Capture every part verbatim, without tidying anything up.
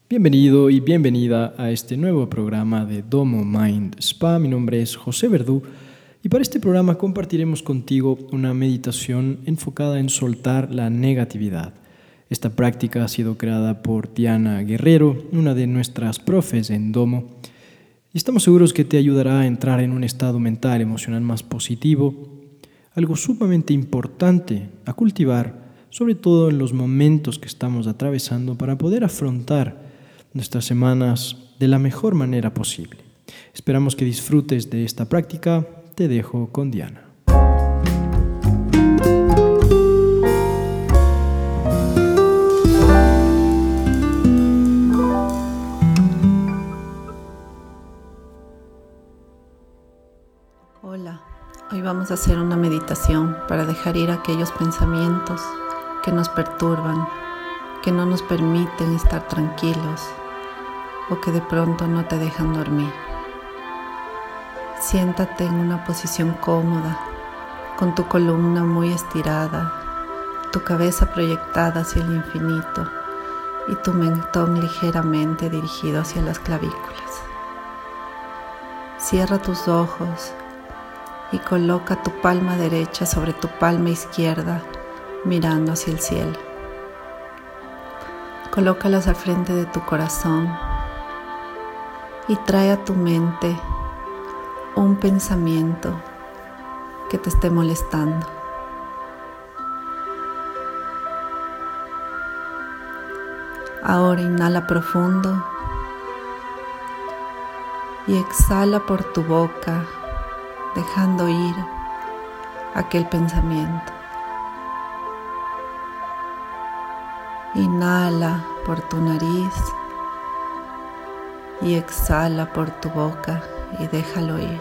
Bienvenido y bienvenida a este nuevo programa de Domo Mind Spa. Mi nombre es José Verdú y para este programa compartiremos contigo una meditación enfocada en soltar la negatividad. Esta práctica ha sido creada por Diana Guerrero, una de nuestras profes en Domo, y estamos seguros que te ayudará a entrar en un estado mental, emocional más positivo, algo sumamente importante a cultivar, sobre todo en los momentos que estamos atravesando para poder afrontar nuestras semanas de la mejor manera posible. Esperamos que disfrutes de esta práctica. Te dejo con Diana. Hola, hoy vamos a hacer una meditación para dejar ir aquellos pensamientos que nos perturban, que no nos permiten estar tranquilos o que de pronto no te dejan dormir. Siéntate en una posición cómoda, con tu columna muy estirada, tu cabeza proyectada hacia el infinito y tu mentón ligeramente dirigido hacia las clavículas. Cierra tus ojos y coloca tu palma derecha sobre tu palma izquierda, mirando hacia el cielo. Colócalas al frente de tu corazón y trae a tu mente un pensamiento que te esté molestando. Ahora inhala profundo y exhala por tu boca, dejando ir aquel pensamiento. Inhala por tu nariz y exhala por tu boca y déjalo ir.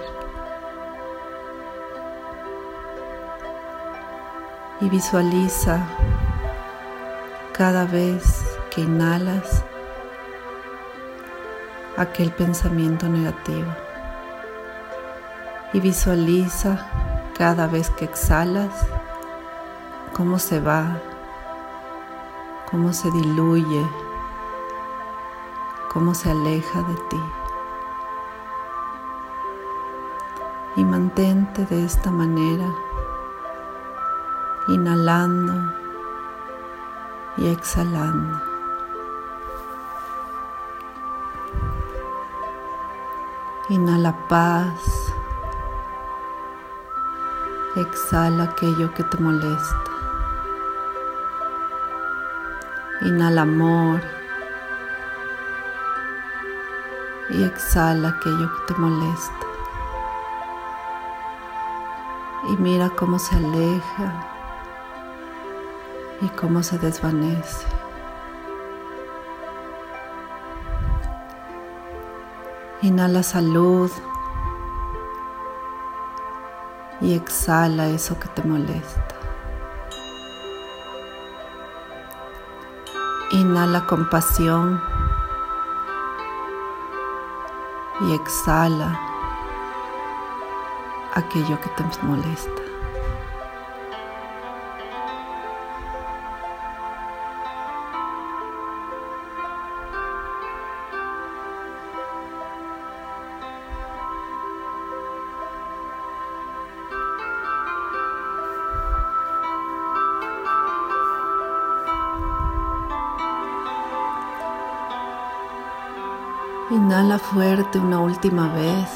Y visualiza cada vez que inhalas aquel pensamiento negativo. Y visualiza cada vez que exhalas cómo se va, cómo se diluye, cómo se aleja de ti. Y mantente de esta manera, inhalando y exhalando. Inhala paz, exhala aquello que te molesta. Inhala amor y exhala aquello que te molesta. Y mira cómo se aleja y cómo se desvanece. Inhala salud y exhala eso que te molesta. Inhala compasión y exhala aquello que te molesta. Inhala fuerte una última vez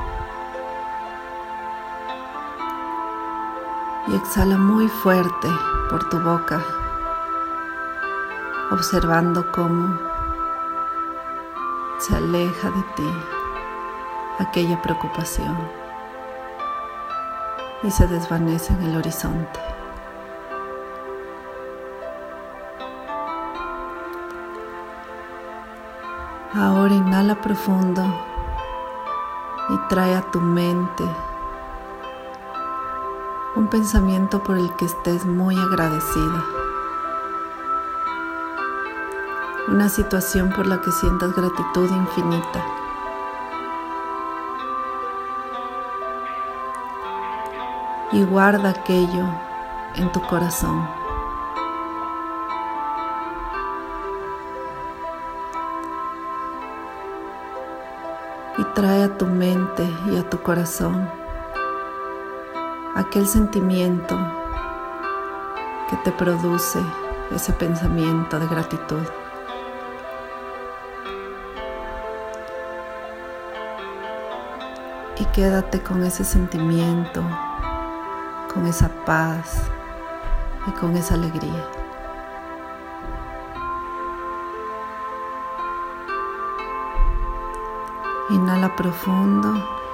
y exhala muy fuerte por tu boca, observando cómo se aleja de ti aquella preocupación y se desvanece en el horizonte. Ahora inhala profundo y trae a tu mente un pensamiento por el que estés muy agradecida. Una situación por la que sientas gratitud infinita. Y guarda aquello en tu corazón. y trae a tu mente y a tu corazón aquel sentimiento que te produce ese pensamiento de gratitud. Y quédate con ese sentimiento, con esa paz y con esa alegría. Inhala profundo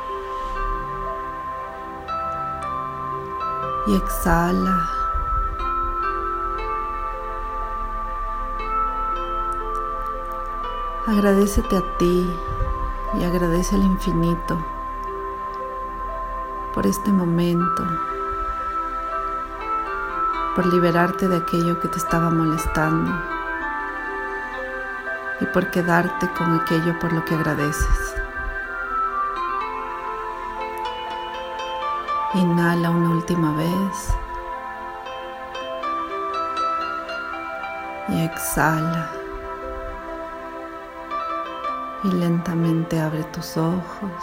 y exhala. Agradécete a ti y agradece al infinito por este momento, por liberarte de aquello que te estaba molestando y por quedarte con aquello por lo que agradeces. Inhala una última vez y exhala. Y lentamente abre tus ojos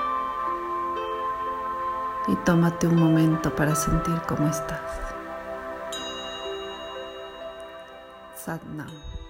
y tómate un momento para sentir cómo estás. Sat Nam.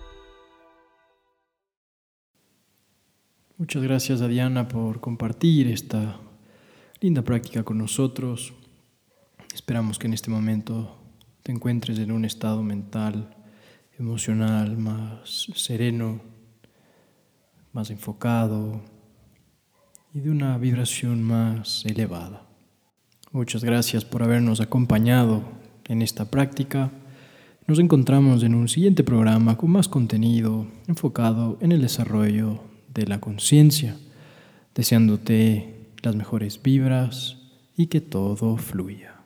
Muchas gracias a Diana por compartir esta linda práctica con nosotros. Esperamos que en este momento te encuentres en un estado mental, emocional más sereno, más enfocado y de una vibración más elevada. Muchas gracias por habernos acompañado en esta práctica. Nos encontramos en un siguiente programa con más contenido enfocado en el desarrollo de la conciencia, deseándote las mejores vibras y que todo fluya.